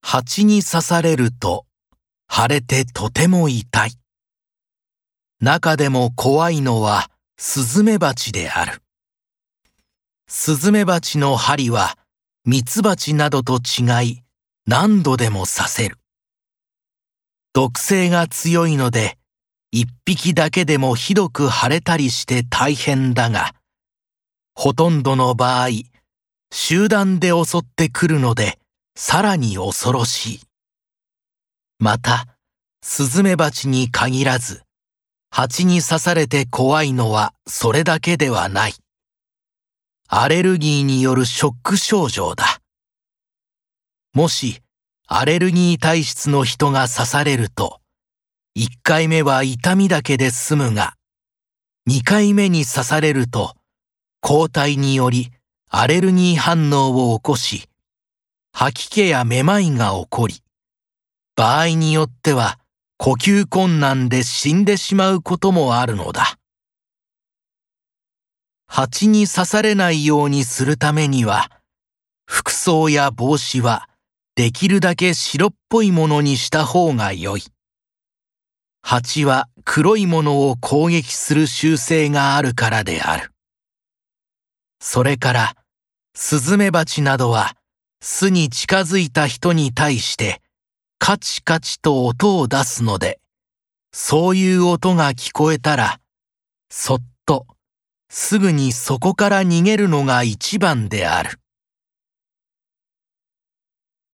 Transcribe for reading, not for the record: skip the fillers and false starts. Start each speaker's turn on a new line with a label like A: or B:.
A: 蜂に刺されると腫れてとても痛い。中でも怖いのはスズメバチである。スズメバチの針はミツバチなどと違い何度でも刺せる。毒性が強いので一匹だけでもひどく腫れたりして大変だが、ほとんどの場合、集団で襲ってくるのでさらに恐ろしい。また、スズメバチに限らず、蜂に刺されて怖いのはそれだけではない。アレルギーによるショック症状だ。もし、アレルギー体質の人が刺されると、1回目は痛みだけで済むが、2回目に刺されると、抗体によりアレルギー反応を起こし、吐き気やめまいが起こり、場合によっては呼吸困難で死んでしまうこともあるのだ。蜂に刺されないようにするためには、服装や帽子はできるだけ白っぽいものにした方が良い。蜂は黒いものを攻撃する習性があるからである。それから、スズメバチなどは巣に近づいた人に対してカチカチと音を出すので、そういう音が聞こえたら、そっとすぐにそこから逃げるのが一番である。